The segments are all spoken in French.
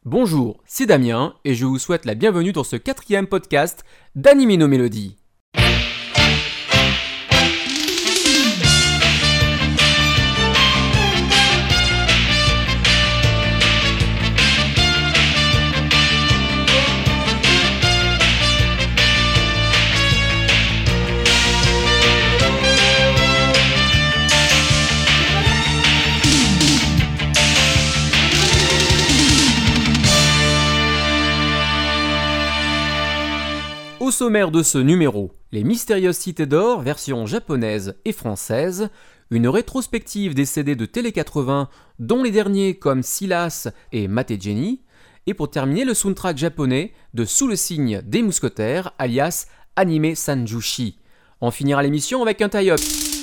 Bonjour, c'est Damien et je vous souhaite la bienvenue dans ce 4e podcast d'Anime no Melody. Au sommaire de ce numéro, les mystérieuses cités d'or, version japonaise et française, une rétrospective des CD de Télé 80, dont les derniers comme Silas et Mate Jenny, et pour terminer le soundtrack japonais de Sous le signe des mousquetaires, alias Anime Sanjushi. On finira l'émission avec un tie-up.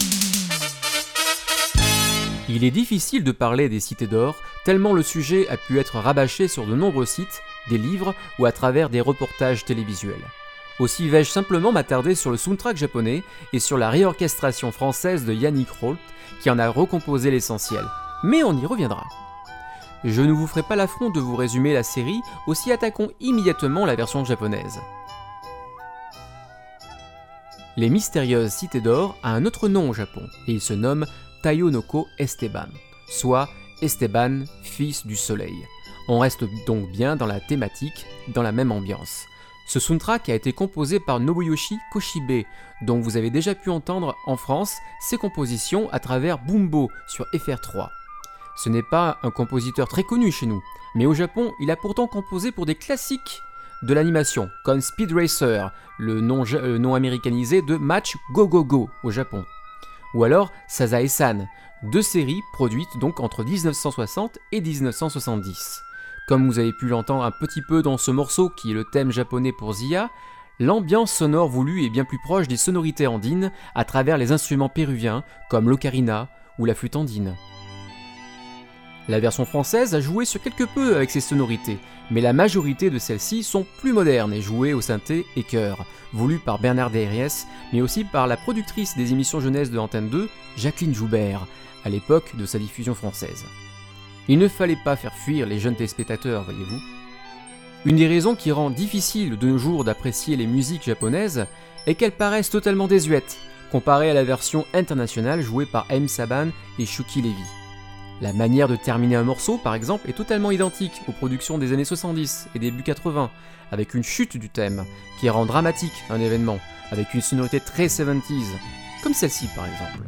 Il est difficile de parler des cités d'or, tellement le sujet a pu être rabâché sur de nombreux sites, des livres ou à travers des reportages télévisuels. Aussi vais-je simplement m'attarder sur le soundtrack japonais et sur la réorchestration française de Yannick Rolt qui en a recomposé l'essentiel. Mais on y reviendra. Je ne vous ferai pas l'affront de vous résumer la série, aussi attaquons immédiatement la version japonaise. Les mystérieuses cités d'or a un autre nom au Japon et il se nomme Taiyonoko Esteban, soit Esteban, fils du soleil. On reste donc bien dans la thématique, dans la même ambiance. Ce soundtrack a été composé par Nobuyoshi Koshibe, dont vous avez déjà pu entendre en France ses compositions à travers Bumbo sur FR3. Ce n'est pas un compositeur très connu chez nous, mais au Japon, il a pourtant composé pour des classiques de l'animation, comme Speed Racer, le nom américanisé de Match Go Go Go au Japon. Ou alors Sazae-san, deux séries produites donc entre 1960 et 1970. Comme vous avez pu l'entendre un petit peu dans ce morceau qui est le thème japonais pour Zia, l'ambiance sonore voulue est bien plus proche des sonorités andines à travers les instruments péruviens comme l'ocarina ou la flûte andine. La version française a joué sur quelque peu avec ces sonorités, mais la majorité de celles-ci sont plus modernes et jouées au synthé et chœur, voulues par Bernard Deriès, mais aussi par la productrice des émissions jeunesse de Antenne 2, Jacqueline Joubert, à l'époque de sa diffusion française. Il ne fallait pas faire fuir les jeunes téléspectateurs, voyez-vous. Une des raisons qui rend difficile de nos jours d'apprécier les musiques japonaises est qu'elles paraissent totalement désuètes, comparées à la version internationale jouée par M. Saban et Shuki Levy. La manière de terminer un morceau, par exemple, est totalement identique aux productions des années 70 et début 80, avec une chute du thème, qui rend dramatique un événement, avec une sonorité très 70s, comme celle-ci par exemple.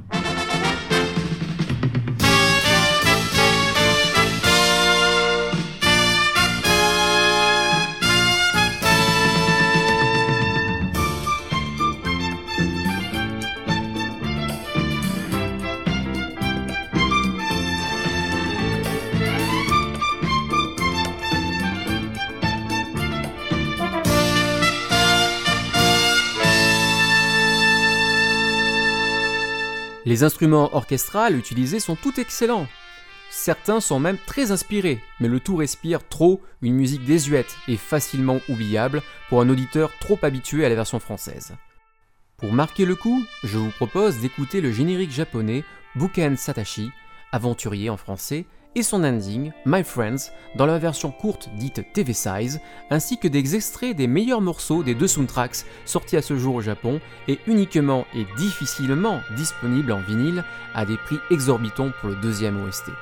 Les instruments orchestrales utilisés sont tout excellents. Certains sont même très inspirés, mais le tout respire trop une musique désuète et facilement oubliable pour un auditeur trop habitué à la version française. Pour marquer le coup, je vous propose d'écouter le générique japonais Buken Satashi, aventurier en français, et son ending, My Friends, dans la version courte dite TV Size, ainsi que des extraits des meilleurs morceaux des deux soundtracks sortis à ce jour au Japon et uniquement et difficilement disponibles en vinyle à des prix exorbitants pour le deuxième OST.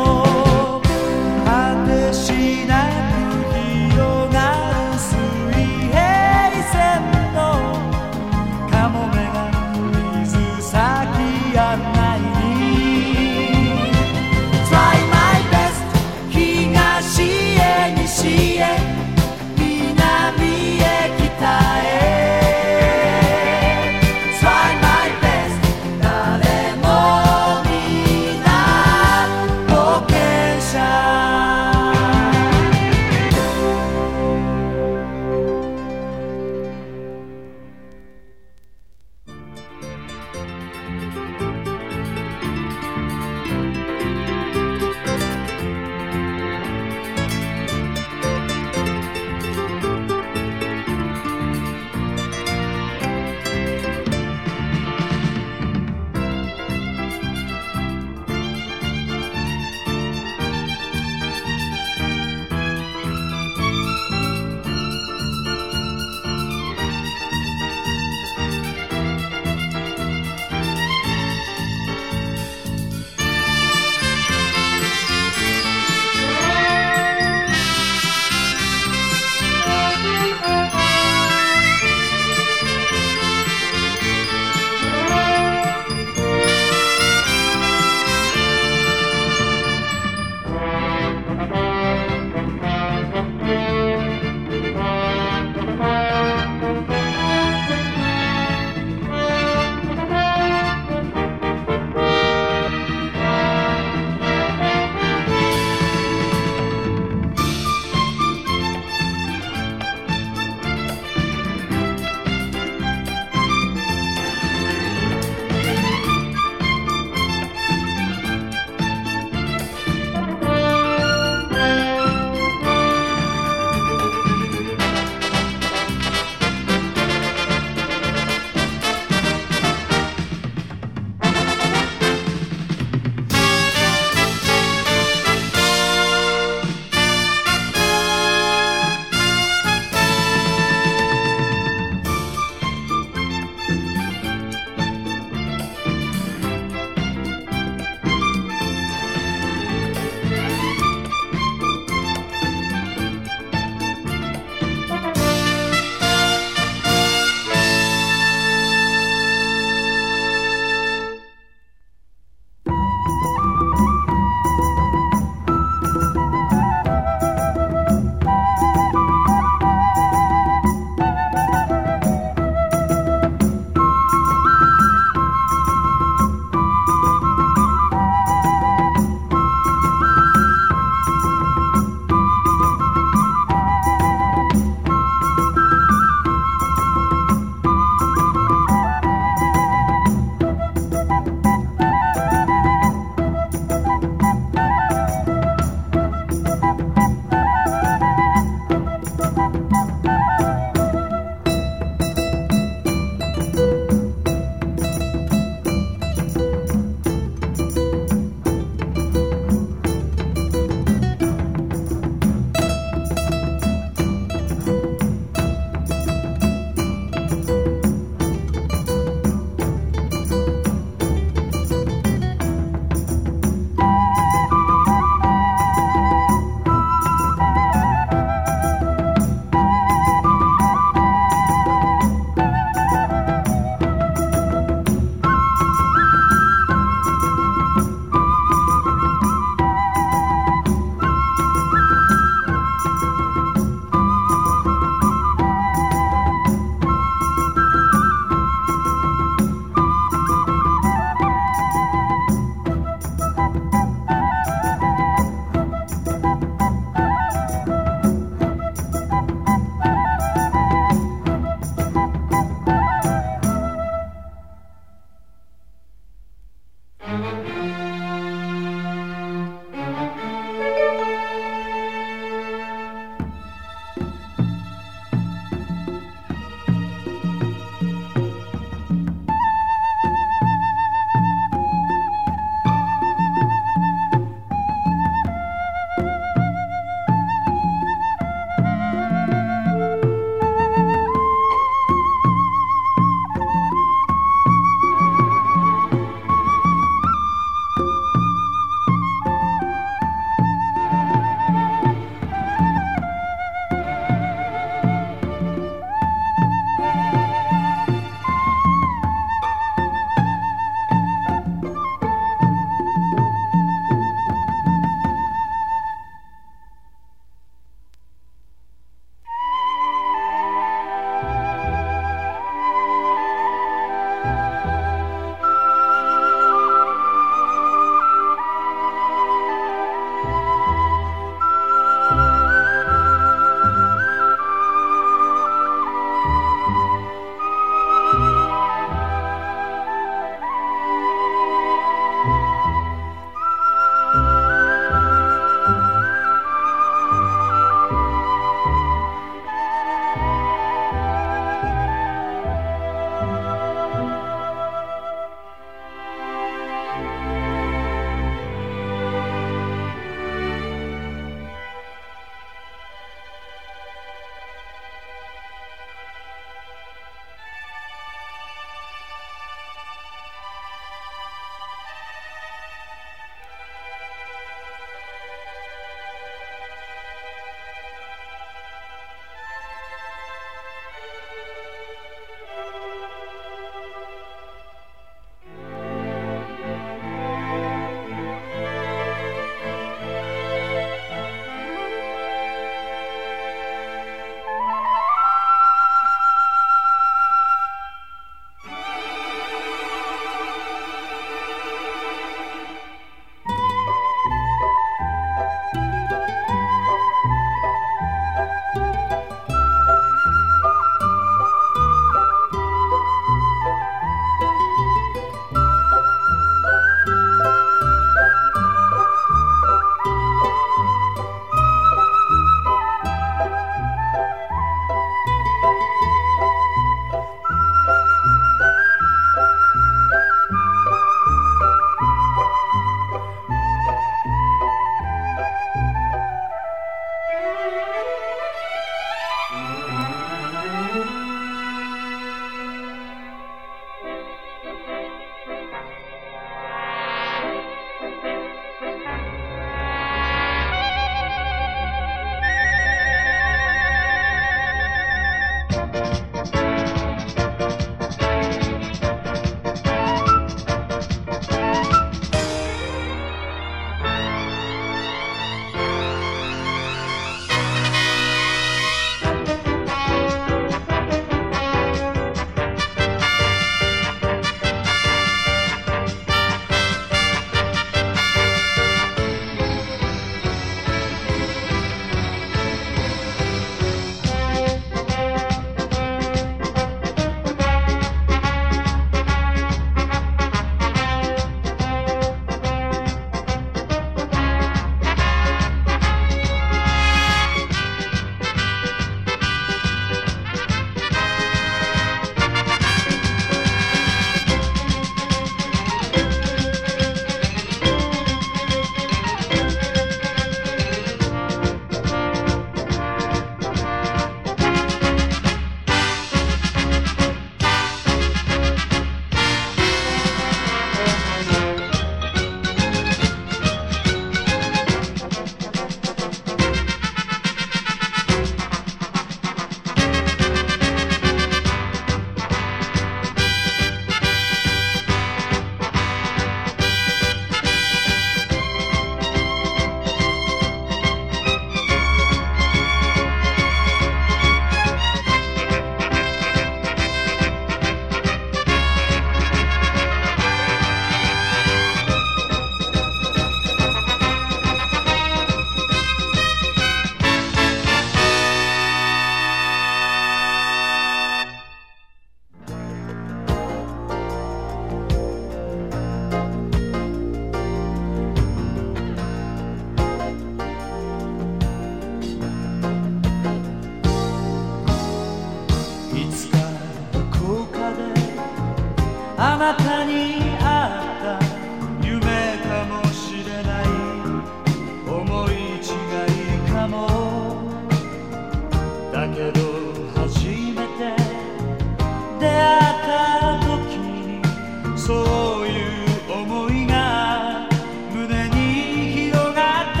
であなたに会った夢かもしれない思い違いかもだけど初めて出会った時にそういう思いが胸に広がった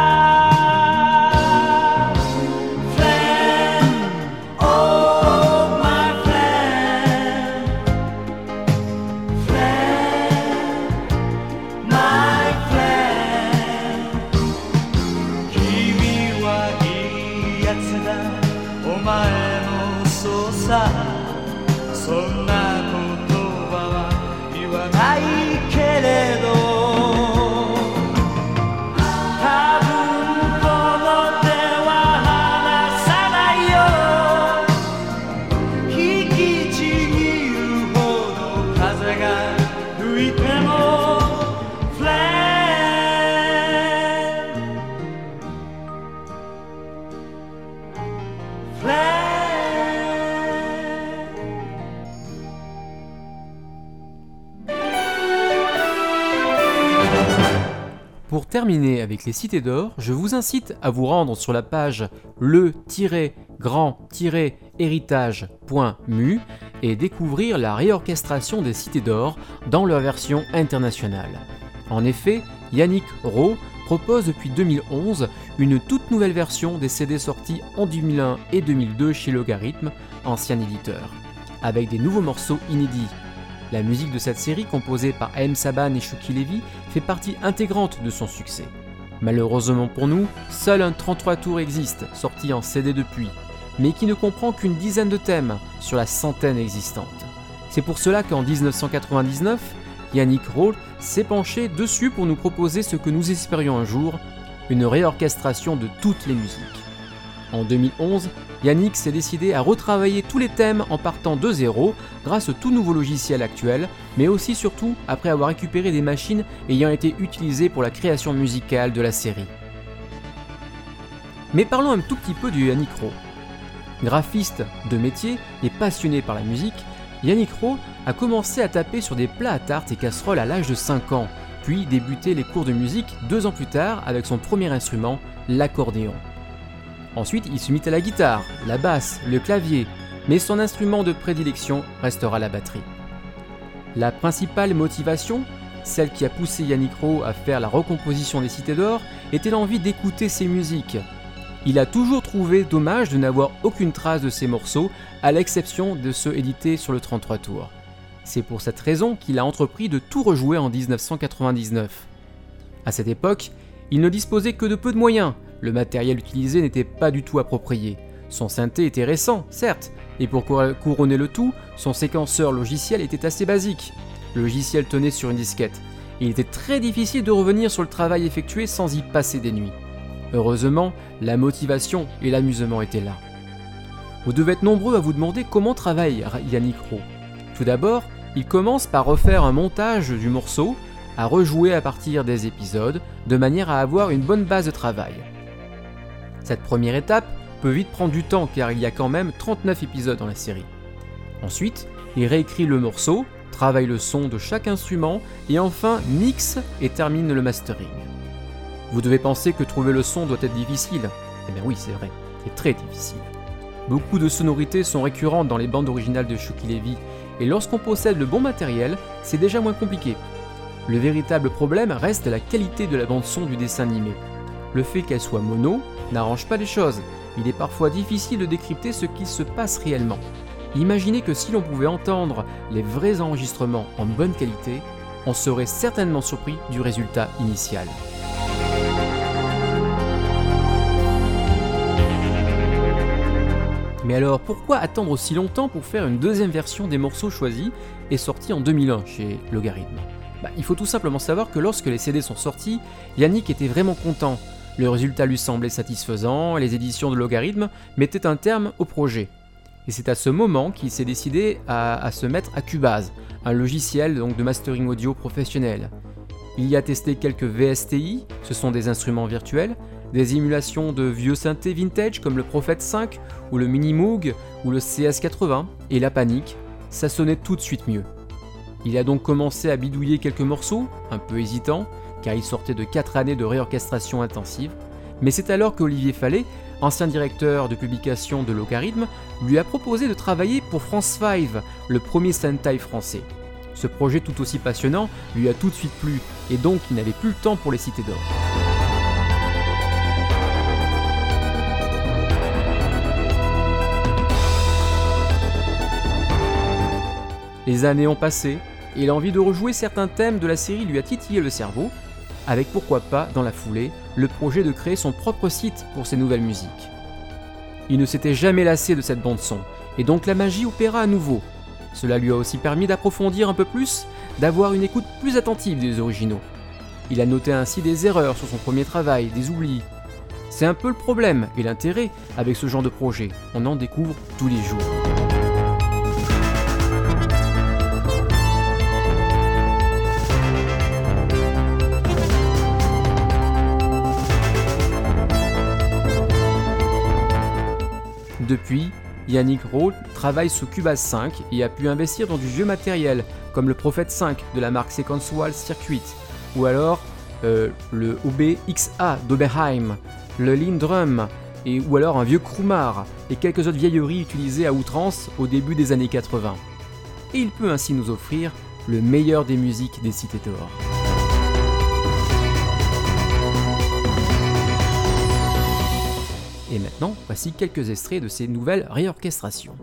Friend, oh my friend Friend, my friend 君はいいやつだお前もそうさそんな言葉は言わないけれど多分この手は離さないよ引きちぎるほど風が吹いても Friend Friend Pour terminer avec les cités d'or, je vous incite à vous rendre sur la page le-grand-héritage.mu et découvrir la réorchestration des cités d'or dans leur version internationale. En effet, Yannick Rowe propose depuis 2011 une toute nouvelle version des CD sortis en 2001 et 2002 chez Logarithme, ancien éditeur, avec des nouveaux morceaux inédits. La musique de cette série, composée par A.M. Saban et Shuki Levy, fait partie intégrante de son succès. Malheureusement pour nous, seul un 33 tours existe, sorti en CD depuis, mais qui ne comprend qu'une dizaine de thèmes sur la centaine existante. C'est pour cela qu'en 1999, Yannick Rowe s'est penché dessus pour nous proposer ce que nous espérions un jour, une réorchestration de toutes les musiques. En 2011, Yannick s'est décidé à retravailler tous les thèmes en partant de zéro grâce au tout nouveau logiciel actuel, mais aussi surtout après avoir récupéré des machines ayant été utilisées pour la création musicale de la série. Mais parlons un tout petit peu de Yannick Rowe. Graphiste de métier et passionné par la musique, Yannick Rowe a commencé à taper sur des plats à tarte et casseroles à l'âge de 5 ans, puis débuté les cours de musique 2 ans plus tard avec son premier instrument, l'accordéon. Ensuite, il se mit à la guitare, la basse, le clavier, mais son instrument de prédilection restera la batterie. La principale motivation, celle qui a poussé Yannick Rowe à faire la recomposition des Cités d'Or, était l'envie d'écouter ses musiques. Il a toujours trouvé dommage de n'avoir aucune trace de ses morceaux, à l'exception de ceux édités sur le 33 tours. C'est pour cette raison qu'il a entrepris de tout rejouer en 1999. À cette époque, il ne disposait que de peu de moyens. Le matériel utilisé n'était pas du tout approprié. Son synthé était récent, certes, et pour couronner le tout, son séquenceur logiciel était assez basique. Le logiciel tenait sur une disquette, et il était très difficile de revenir sur le travail effectué sans y passer des nuits. Heureusement, la motivation et l'amusement étaient là. Vous devez être nombreux à vous demander comment travaille Yannick Rowe. Tout d'abord, il commence par refaire un montage du morceau, à rejouer à partir des épisodes, de manière à avoir une bonne base de travail. Cette première étape peut vite prendre du temps car il y a quand même 39 épisodes dans la série. Ensuite, il réécrit le morceau, travaille le son de chaque instrument et enfin mixe et termine le mastering. Vous devez penser que trouver le son doit être difficile. Eh bien oui, c'est vrai, c'est très difficile. Beaucoup de sonorités sont récurrentes dans les bandes originales de Shuki Levy et lorsqu'on possède le bon matériel, c'est déjà moins compliqué. Le véritable problème reste la qualité de la bande-son du dessin animé. Le fait qu'elle soit mono n'arrange pas les choses. Il est parfois difficile de décrypter ce qui se passe réellement. Imaginez que si l'on pouvait entendre les vrais enregistrements en bonne qualité, on serait certainement surpris du résultat initial. Mais alors, pourquoi attendre aussi longtemps pour faire une deuxième version des morceaux choisis et sortis en 2001 chez Logarithme ? Il faut tout simplement savoir que lorsque les CD sont sortis, Yannick était vraiment content. Le résultat lui semblait satisfaisant et les éditions de Logarithme mettaient un terme au projet. Et c'est à ce moment qu'il s'est décidé à se mettre à Cubase, un logiciel donc de mastering audio professionnel. Il y a testé quelques VSTI, ce sont des instruments virtuels, des émulations de vieux synthés vintage comme le Prophet 5 ou le Mini Moog ou le CS80 et la panique, ça sonnait tout de suite mieux. Il a donc commencé à bidouiller quelques morceaux, un peu hésitant, car il sortait de 4 années de réorchestration intensive, mais c'est alors qu'Olivier Fallet, ancien directeur de publication de Logarithme, lui a proposé de travailler pour France 5, le premier Sentai français. Ce projet tout aussi passionnant lui a tout de suite plu, et donc il n'avait plus le temps pour les Cités d'Or. Les années ont passé, et l'envie de rejouer certains thèmes de la série lui a titillé le cerveau, avec pourquoi pas, dans la foulée, le projet de créer son propre site pour ses nouvelles musiques. Il ne s'était jamais lassé de cette bande-son, et donc la magie opéra à nouveau. Cela lui a aussi permis d'approfondir un peu plus, d'avoir une écoute plus attentive des originaux. Il a noté ainsi des erreurs sur son premier travail, des oublis. C'est un peu le problème et l'intérêt avec ce genre de projet, on en découvre tous les jours. Depuis, Yannick Rowe travaille sous Cubase 5 et a pu investir dans du vieux matériel comme le Prophet 5 de la marque Sequential Circuit ou alors le OB-XA d'Oberheim, le Lindrum ou alors un vieux Krumar et quelques autres vieilleries utilisées à outrance au début des années 80. Et il peut ainsi nous offrir le meilleur des musiques des Cités d'Or. Et maintenant, voici quelques extraits de ces nouvelles réorchestrations.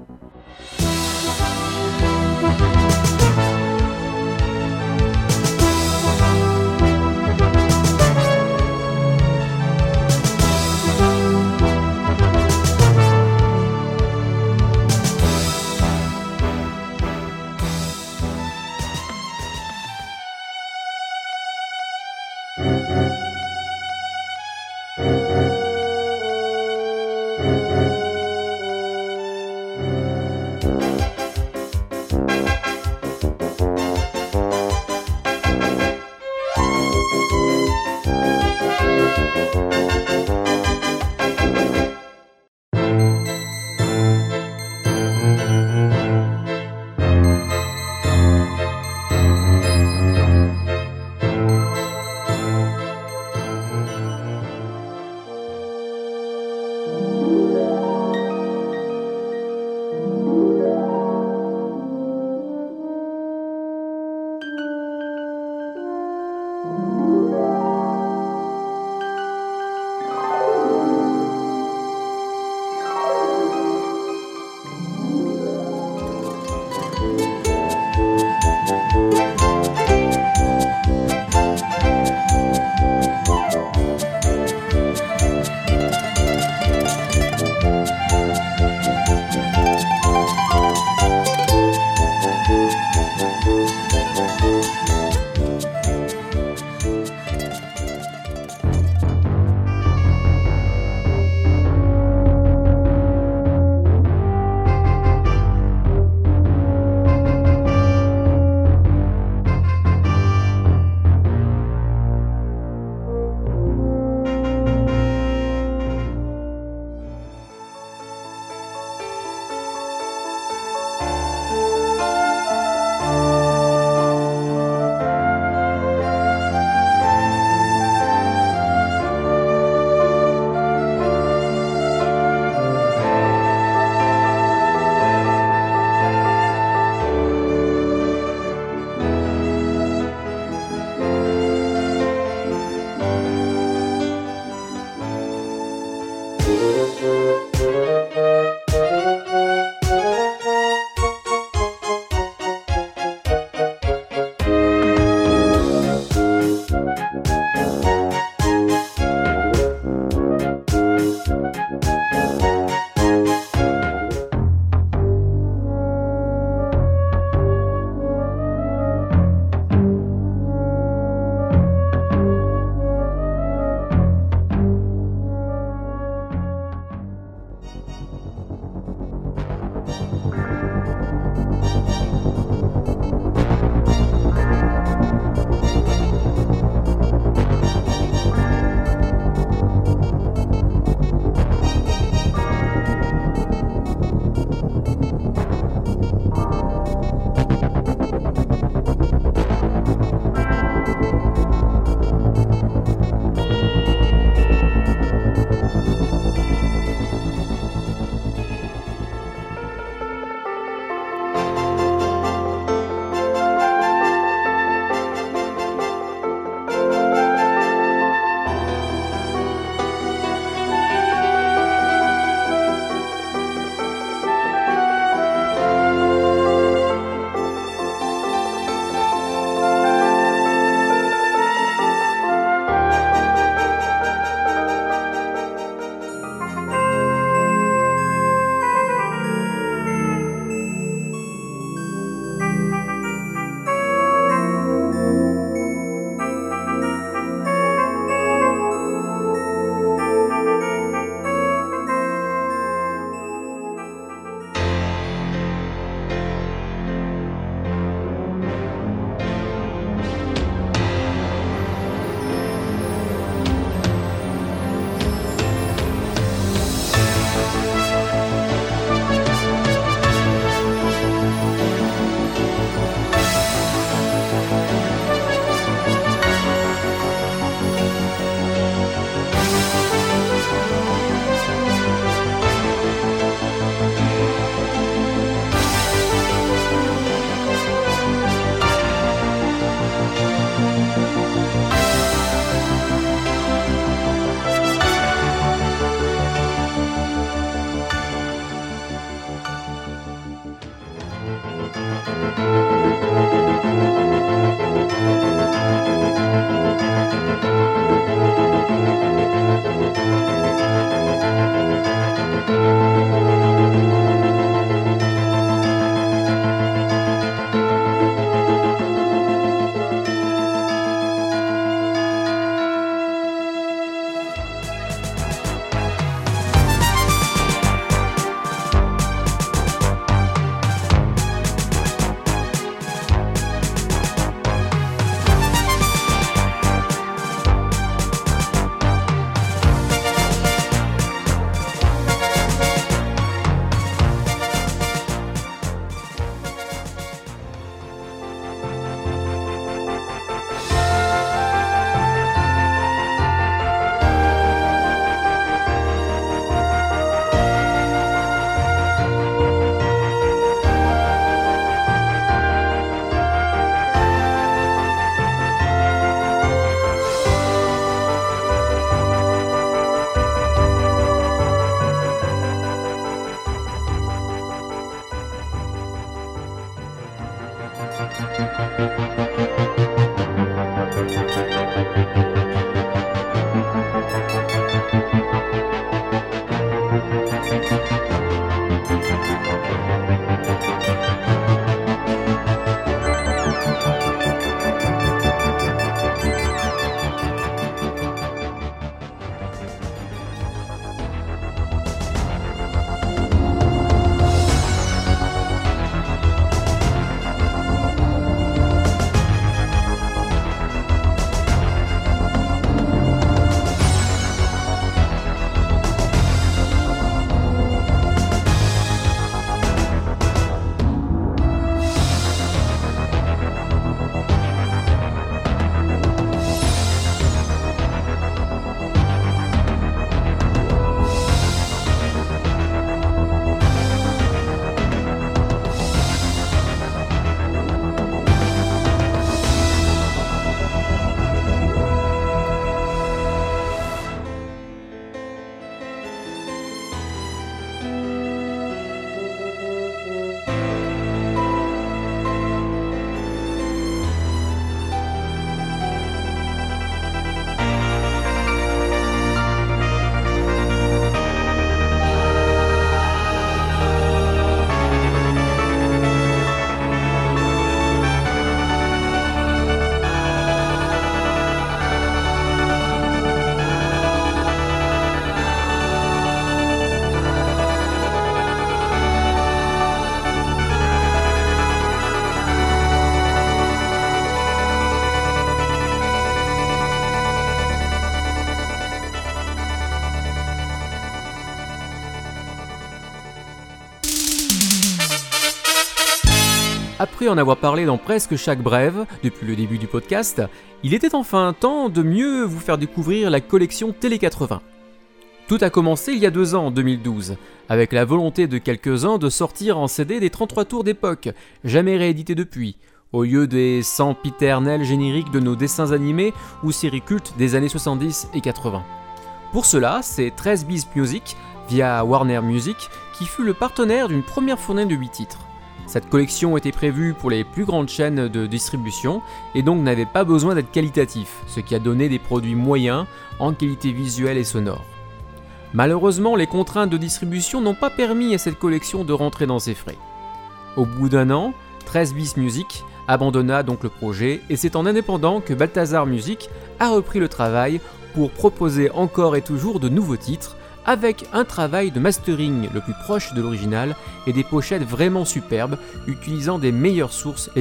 Après en avoir parlé dans presque chaque brève, depuis le début du podcast, il était enfin temps de mieux vous faire découvrir la collection Télé 80. Tout a commencé il y a 2 ans, en 2012, avec la volonté de quelques-uns de sortir en CD des 33 tours d'époque, jamais réédités depuis, au lieu des sempiternels génériques de nos dessins animés ou séries cultes des années 70 et 80. Pour cela, c'est 13 Bis Music, via Warner Music, qui fut le partenaire d'une première fournée de 8 titres. Cette collection était prévue pour les plus grandes chaînes de distribution et donc n'avait pas besoin d'être qualitatif, ce qui a donné des produits moyens en qualité visuelle et sonore. Malheureusement, les contraintes de distribution n'ont pas permis à cette collection de rentrer dans ses frais. Au bout d'1 an, 13 Bis Music abandonna donc le projet et c'est en indépendant que Balthazar Music a repris le travail pour proposer encore et toujours de nouveaux titres, avec un travail de mastering le plus proche de l'original et des pochettes vraiment superbes, utilisant les meilleures sources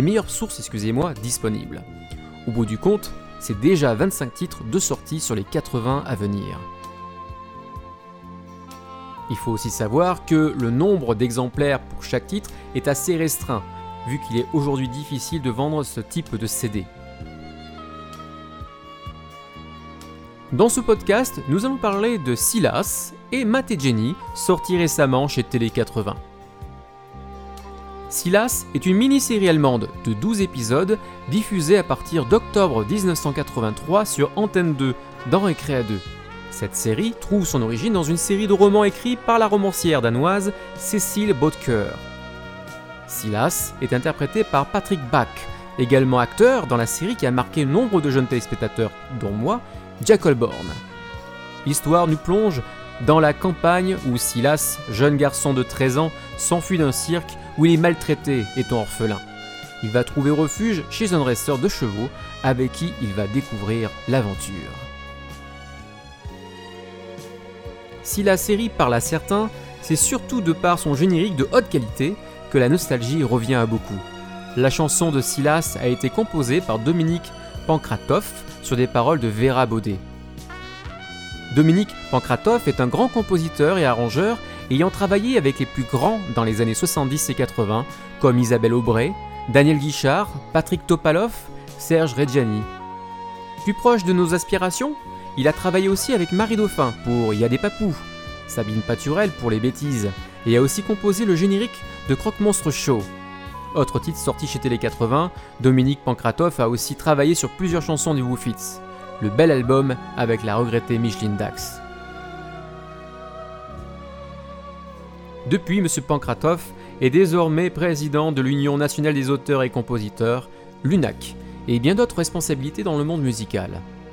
disponibles. Au bout du compte, c'est déjà 25 titres de sortie sur les 80 à venir. Il faut aussi savoir que le nombre d'exemplaires pour chaque titre est assez restreint, vu qu'il est aujourd'hui difficile de vendre ce type de CD. Dans ce podcast, nous allons parler de Silas et Matt et Jenny, sortis récemment chez Télé 80. Silas est une mini-série allemande de 12 épisodes diffusée à partir d'octobre 1983 sur Antenne 2 dans Récréa 2. Cette série trouve son origine dans une série de romans écrits par la romancière danoise Cecil Bodker. Silas est interprété par Patrick Bach, également acteur dans la série qui a marqué nombre de jeunes téléspectateurs, dont moi, Jack Holborn. L'histoire nous plonge dans la campagne où Silas, jeune garçon de 13 ans, s'enfuit d'un cirque où il est maltraité étant orphelin. Il va trouver refuge chez un dresseur de chevaux avec qui il va découvrir l'aventure. Si la série parle à certains, c'est surtout de par son générique de haute qualité que la nostalgie revient à beaucoup. La chanson de Silas a été composée par Dominique Pankratov sur des paroles de Vera Baudet. Dominique Pankratov est un grand compositeur et arrangeur ayant travaillé avec les plus grands dans les années 70 et 80 comme Isabelle Aubray, Daniel Guichard, Patrick Topalov, Serge Reggiani. Plus proche de nos aspirations, il a travaillé aussi avec Marie Dauphin pour Y a des papous, Sabine Paturel pour Les Bêtises et a aussi composé le générique de Croque-Monstre Show. Autre titre sorti chez Télé 80, Dominique Pankratov a aussi travaillé sur plusieurs chansons du Woofits. Le bel album avec la regrettée Micheline Dax. Depuis, M. Pankratov est désormais président de l'Union nationale des auteurs et compositeurs, l'UNAC, et bien d'autres responsabilités dans le monde musical.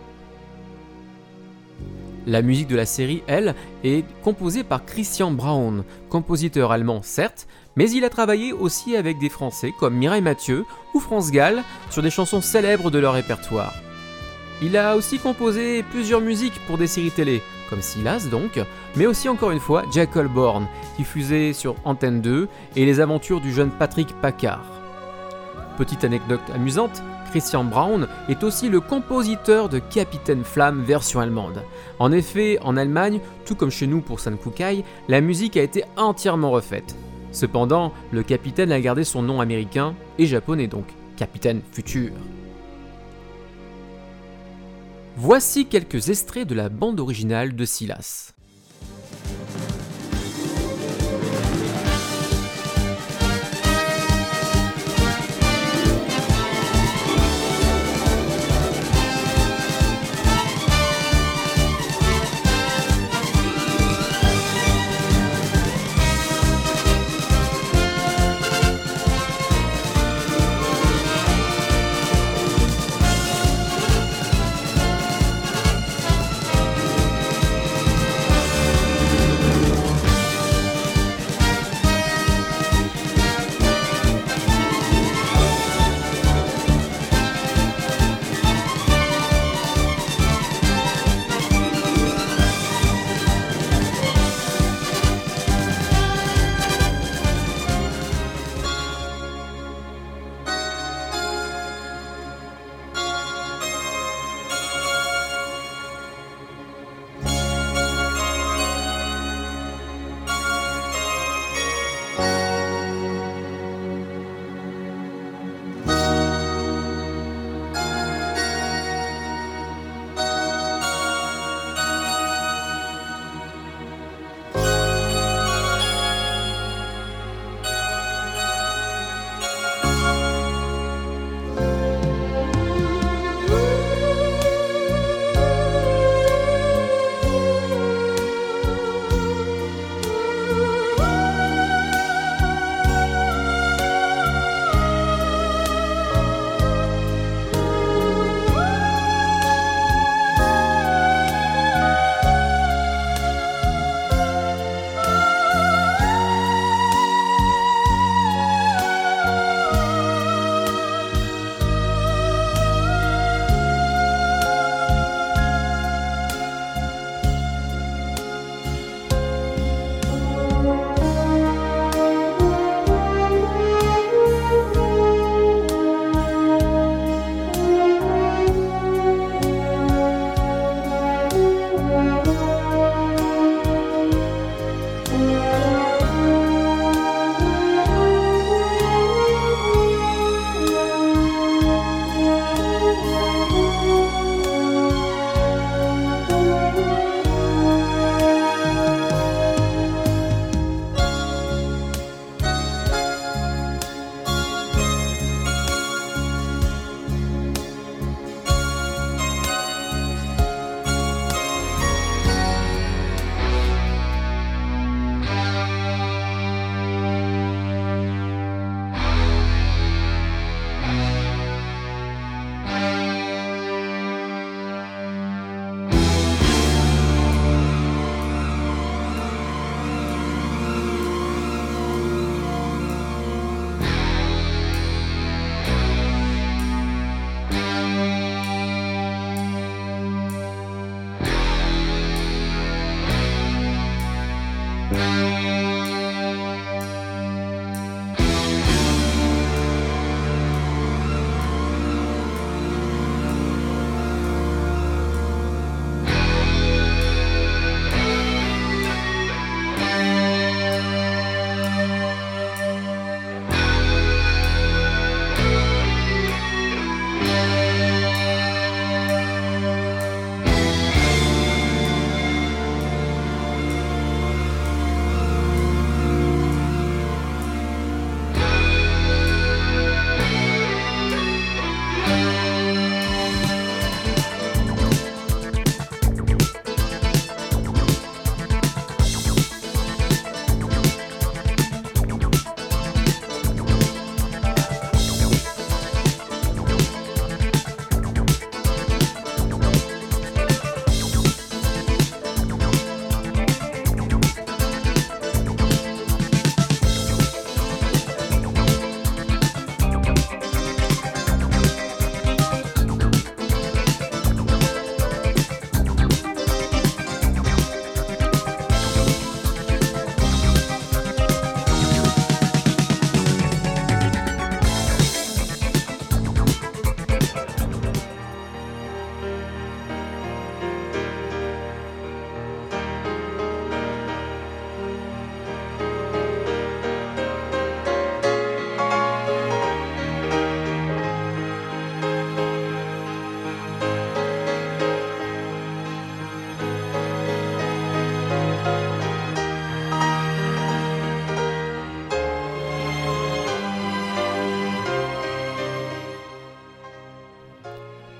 La musique de la série, elle, est composée par Christian Braun, compositeur allemand certes, mais il a travaillé aussi avec des Français comme Mireille Mathieu ou France Gall sur des chansons célèbres de leur répertoire. Il a aussi composé plusieurs musiques pour des séries télé, comme Silas donc, mais aussi encore une fois Jack Holborn, diffusé sur Antenne 2, et les aventures du jeune Patrick Paccard. Petite anecdote amusante, Christian Braun est aussi le compositeur de Capitaine Flamme version allemande. En effet, en Allemagne, tout comme chez nous pour San Kukai, la musique a été entièrement refaite. Cependant, le capitaine a gardé son nom américain et japonais donc, Capitaine Futur. Voici quelques extraits de la bande originale de Silas.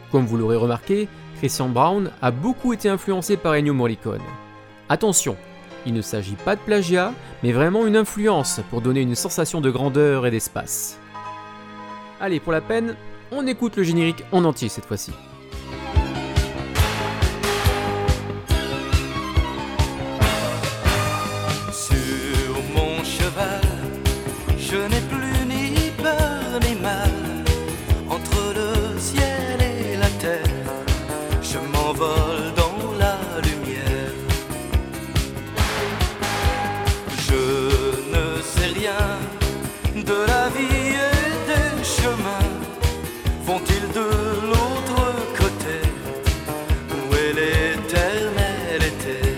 Comme vous l'aurez remarqué, Christian Brown a beaucoup été influencé par Ennio Morricone. Attention, il ne s'agit pas de plagiat, mais vraiment une influence pour donner une sensation de grandeur et d'espace. Allez, pour la peine, on écoute le générique en entier cette fois-ci. Sur mon cheval, je n'ai plus ni peur ni mal. Entre le ciel et la terre, je m'envole dans la lumière. Je ne sais rien de la vie et des chemins. Vont-ils de l'autre côté, où est l'éternel été?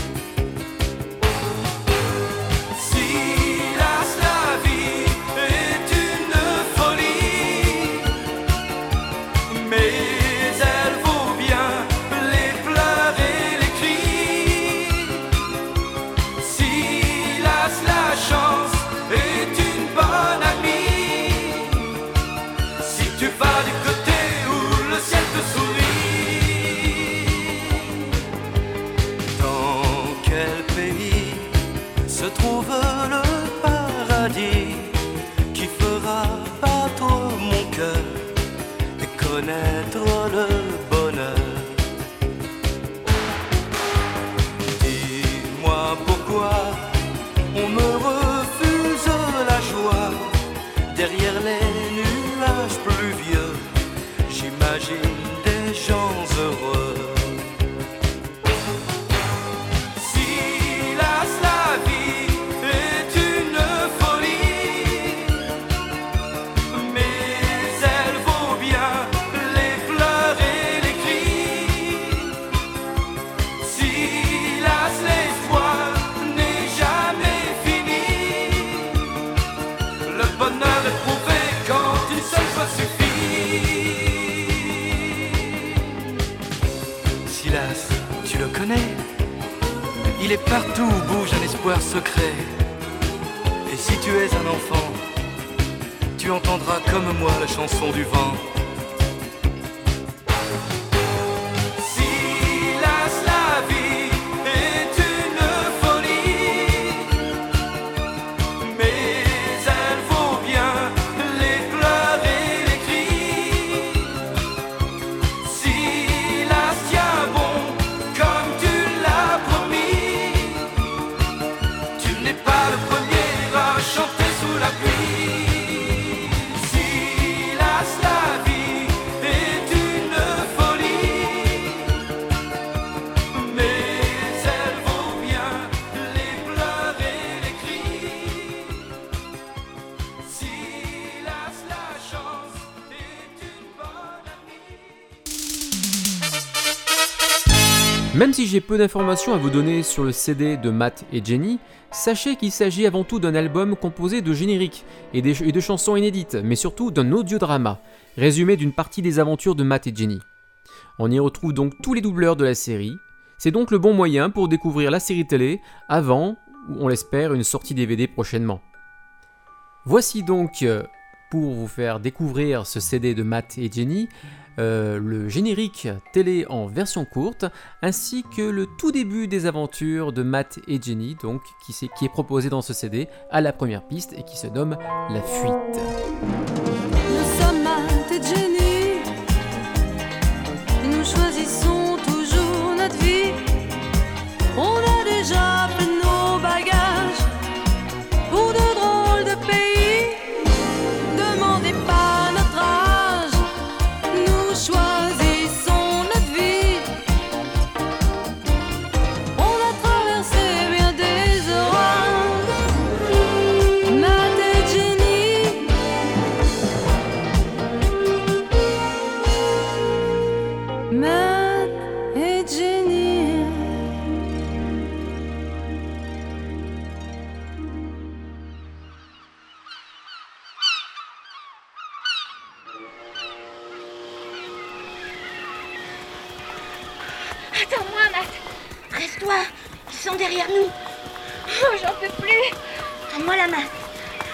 Si la vie est une folie, mais elle vaut bien les pleurs et les cris. Si la chance est une bonne amie, si tu vas du côté où le ciel te sourit. Dans quel pays se trouve le paradis qui fera battre mon cœur et connaître le bonheur? Dis-moi pourquoi on me refuse la joie. Derrière les nuages pluvieux, j'imagine des gens heureux. Si la vie est une folie, mais elle vaut bien les pleurs et les cris. Si l'espoir n'est jamais fini, le bonheur est prouvé quand une seule fois suffit. Silas, tu le connais? Il est partout où bouge un espoir secret. Et si tu es un enfant, tu entendras comme moi la chanson du vent. Si la vie est une folie, mais elle vaut bien les pleurs et les cris. Si la tient bon comme tu l'as promis, tu n'es pas le premier à chanter sous la pluie. Si la vie est une folie, mais elle vaut bien les pleurs et les cris. Si la chance est une bonne amie. Même si j'ai peu d'informations à vous donner sur le CD de Matt et Jenny, sachez qu'il s'agit avant tout d'un album composé de génériques et de chansons inédites, mais surtout d'un audiodrama, résumé d'une partie des aventures de Matt et Jenny. On y retrouve donc tous les doubleurs de la série. C'est donc le bon moyen pour découvrir la série télé avant, ou on l'espère, une sortie DVD prochainement. Voici donc, pour vous faire découvrir ce CD de Matt et Jenny, le générique télé en version courte, ainsi que le tout début des aventures de Matt et Jenny, donc, qui est proposé dans ce CD à la première piste et qui se nomme La Fuite. Nous sommes Matt et Jenny, nous choisissons toujours notre vie. On a déjà fait nos bagages pour de drôles de pays. Demandez pas notre âge, nous choisissons notre vie. On a traversé bien des orages, Matt et Jenny. Matt et Jenny. Attends-moi, Matt. Reste-toi. Ils sont derrière nous. Oh, j'en peux plus. Tends-moi la main.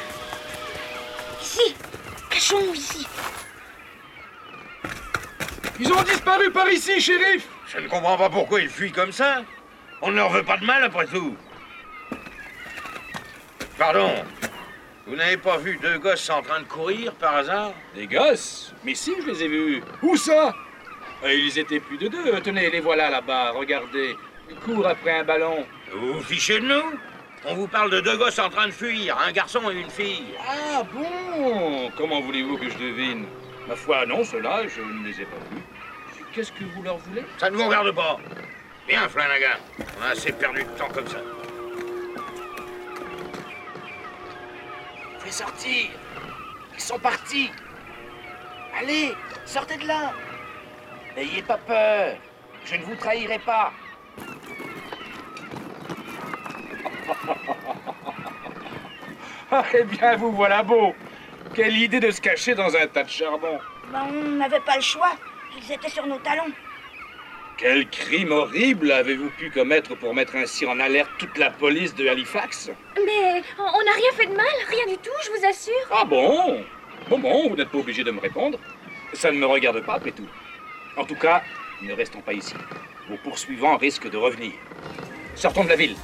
Ici. Cachons-nous ici. Ils ont disparu par ici, shérif. Je ne comprends pas pourquoi ils fuient comme ça. On ne leur veut pas de mal, après tout. Pardon, vous n'avez pas vu deux gosses en train de courir, par hasard? Des gosses? Mais si, je les ai vus. Où ça? Ils étaient plus de deux. Tenez, les voilà là-bas, regardez. Ils courent après un ballon. Vous vous fichez de nous? On vous parle de deux gosses en train de fuir, un garçon et une fille. Ah bon? Comment voulez-vous que je devine? Ma foi, non, ceux-là, je ne les ai pas vus. Qu'est-ce que vous leur voulez? Ça ne vous regarde pas. Viens, Flanagan. On a assez perdu de temps comme ça. Fais sortir. Ils sont partis. Allez, sortez de là. N'ayez pas peur. Je ne vous trahirai pas. Ah, eh bien, vous voilà beau. Quelle idée de se cacher dans un tas de charbon. Ben, on n'avait pas le choix. Ils étaient sur nos talons. Quel crime horrible avez-vous pu commettre pour mettre ainsi en alerte toute la police de Halifax? Mais on n'a rien fait de mal, rien du tout, je vous assure. Ah bon? Bon, vous n'êtes pas obligé de me répondre. Ça ne me regarde pas, après tout. En tout cas, ne restons pas ici. Vos poursuivants risquent de revenir. Sortons de la ville.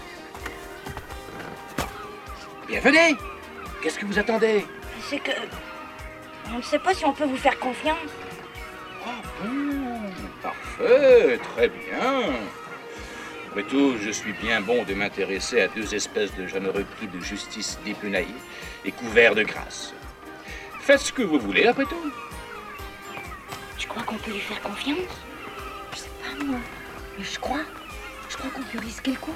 Bien, venez. Qu'est-ce que vous attendez? C'est que... on ne sait pas si on peut vous faire confiance. Ah bon, parfait, très bien. Après tout, je suis bien bon de m'intéresser à deux espèces de jeunes repris de justice dépenaillés et couverts de grâce. Faites ce que vous voulez, après tout. Tu crois qu'on peut lui faire confiance? Je sais pas moi, mais je crois qu'on peut risquer le coup.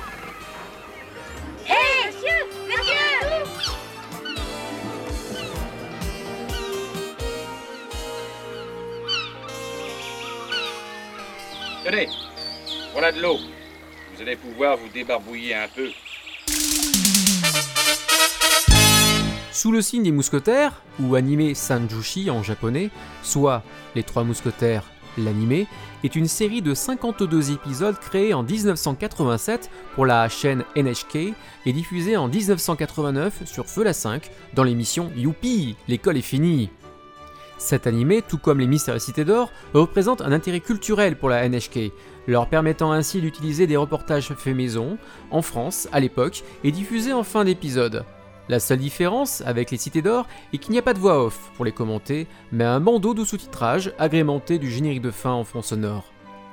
Hé, monsieur! Monsieur! Tenez, voilà de l'eau. Vous allez pouvoir vous débarbouiller un peu. Sous le signe des mousquetaires, ou animé Sanjushi en japonais, soit Les Trois Mousquetaires, l'animé, est une série de 52 épisodes créée en 1987 pour la chaîne NHK et diffusée en 1989 sur Feu la 5 dans l'émission Youpi, l'école est finie. Cet animé, tout comme les Mystérieuses Cités d'Or, représente un intérêt culturel pour la NHK, leur permettant ainsi d'utiliser des reportages faits maison, en France à l'époque, et diffusés en fin d'épisode. La seule différence avec les Cités d'Or est qu'il n'y a pas de voix off pour les commenter, mais un bandeau de sous-titrage agrémenté du générique de fin en fond sonore.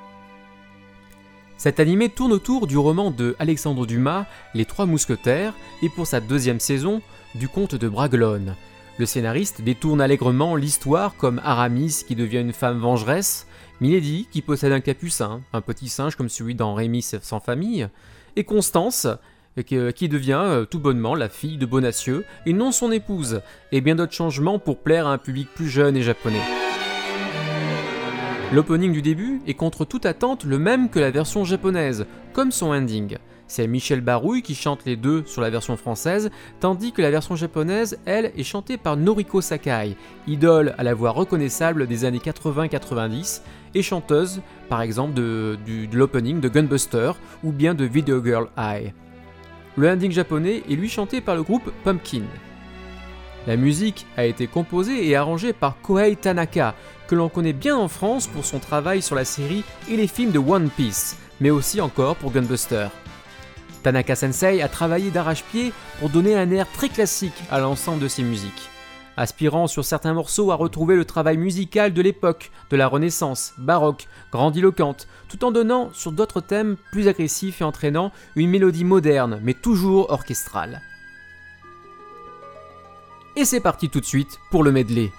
Cet animé tourne autour du roman de Alexandre Dumas, Les Trois Mousquetaires, et pour sa deuxième saison, du conte de Bragelonne. Le scénariste détourne allègrement l'histoire comme Aramis qui devient une femme vengeresse, Milady qui possède un capucin, un petit singe comme celui dans Rémi sans famille, et Constance qui devient tout bonnement la fille de Bonacieux et non son épouse, et bien d'autres changements pour plaire à un public plus jeune et japonais. L'opening du début est contre toute attente le même que la version japonaise, comme son ending. C'est Michel Barouille qui chante les deux sur la version française, tandis que la version japonaise, elle, est chantée par Noriko Sakai, idole à la voix reconnaissable des années 80-90, et chanteuse, par exemple, de l'opening de Gunbuster ou bien de Video Girl Eye. Le ending japonais est lui chanté par le groupe Pumpkin. La musique a été composée et arrangée par Kohei Tanaka, que l'on connaît bien en France pour son travail sur la série et les films de One Piece, mais aussi encore pour Gunbuster. Tanaka Sensei a travaillé d'arrache-pied pour donner un air très classique à l'ensemble de ses musiques, aspirant sur certains morceaux à retrouver le travail musical de l'époque, de la Renaissance, baroque, grandiloquente, tout en donnant sur d'autres thèmes plus agressifs et entraînant une mélodie moderne, mais toujours orchestrale. Et c'est parti tout de suite pour le medley.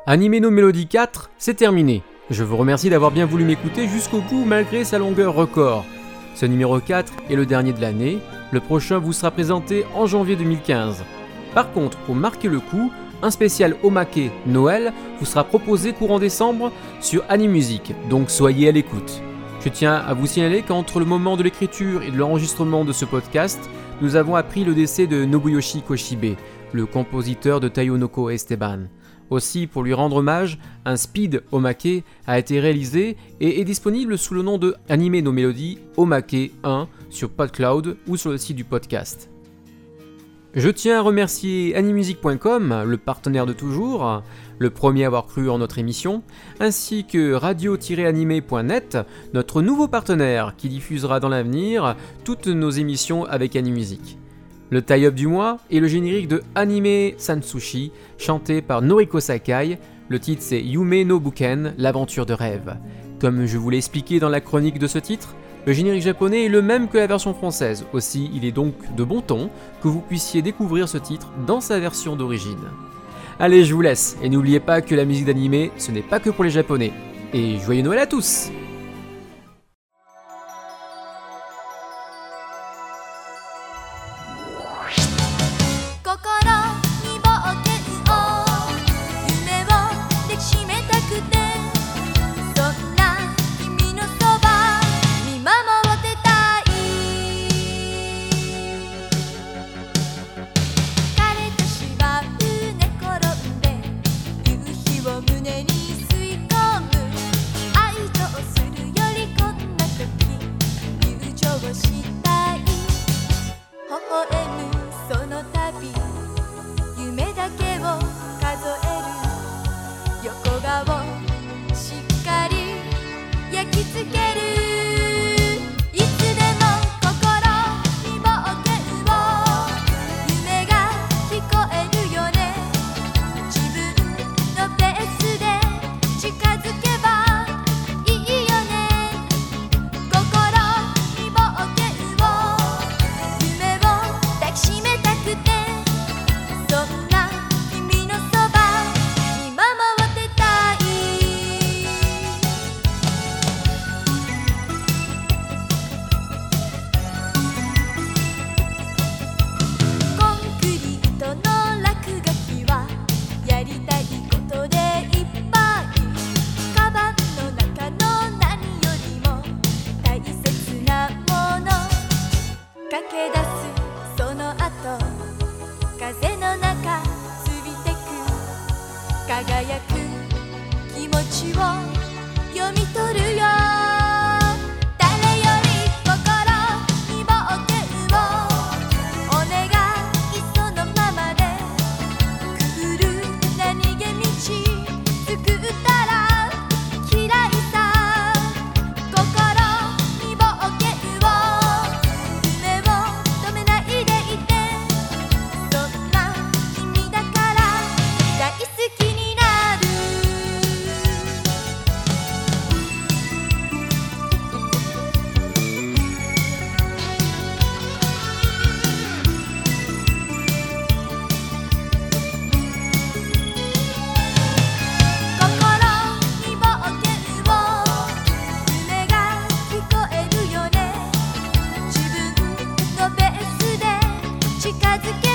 Anime no Melody 4, c'est terminé. Je vous remercie d'avoir bien voulu m'écouter jusqu'au bout malgré sa longueur record. Ce numéro 4 est le dernier de l'année, le prochain vous sera présenté en janvier 2015. Par contre, pour marquer le coup, un spécial Omake Noël vous sera proposé courant décembre sur Animusic, donc soyez à l'écoute. Je tiens à vous signaler qu'entre le moment de l'écriture et de l'enregistrement de ce podcast, nous avons appris le décès de Nobuyoshi Koshibe, le compositeur de Taiyo no Ko Esteban. Aussi, pour lui rendre hommage, un speed Omake a été réalisé et est disponible sous le nom de Anime no Melody Omake 1 sur PodCloud ou sur le site du podcast. Je tiens à remercier Animusic.com, le partenaire de toujours, le premier à avoir cru en notre émission, ainsi que radio-animé.net, notre nouveau partenaire qui diffusera dans l'avenir toutes nos émissions avec Animusic. Le tie-up du mois est le générique de Anime Sansushi, chanté par Noriko Sakai. Le titre c'est Yume no Buken, l'aventure de rêve. Comme je vous l'ai expliqué dans la chronique de ce titre, le générique japonais est le même que la version française. Aussi, il est donc de bon ton que vous puissiez découvrir ce titre dans sa version d'origine. Allez, je vous laisse, et n'oubliez pas que la musique d'anime, ce n'est pas que pour les japonais. Et joyeux Noël à tous! Chicago.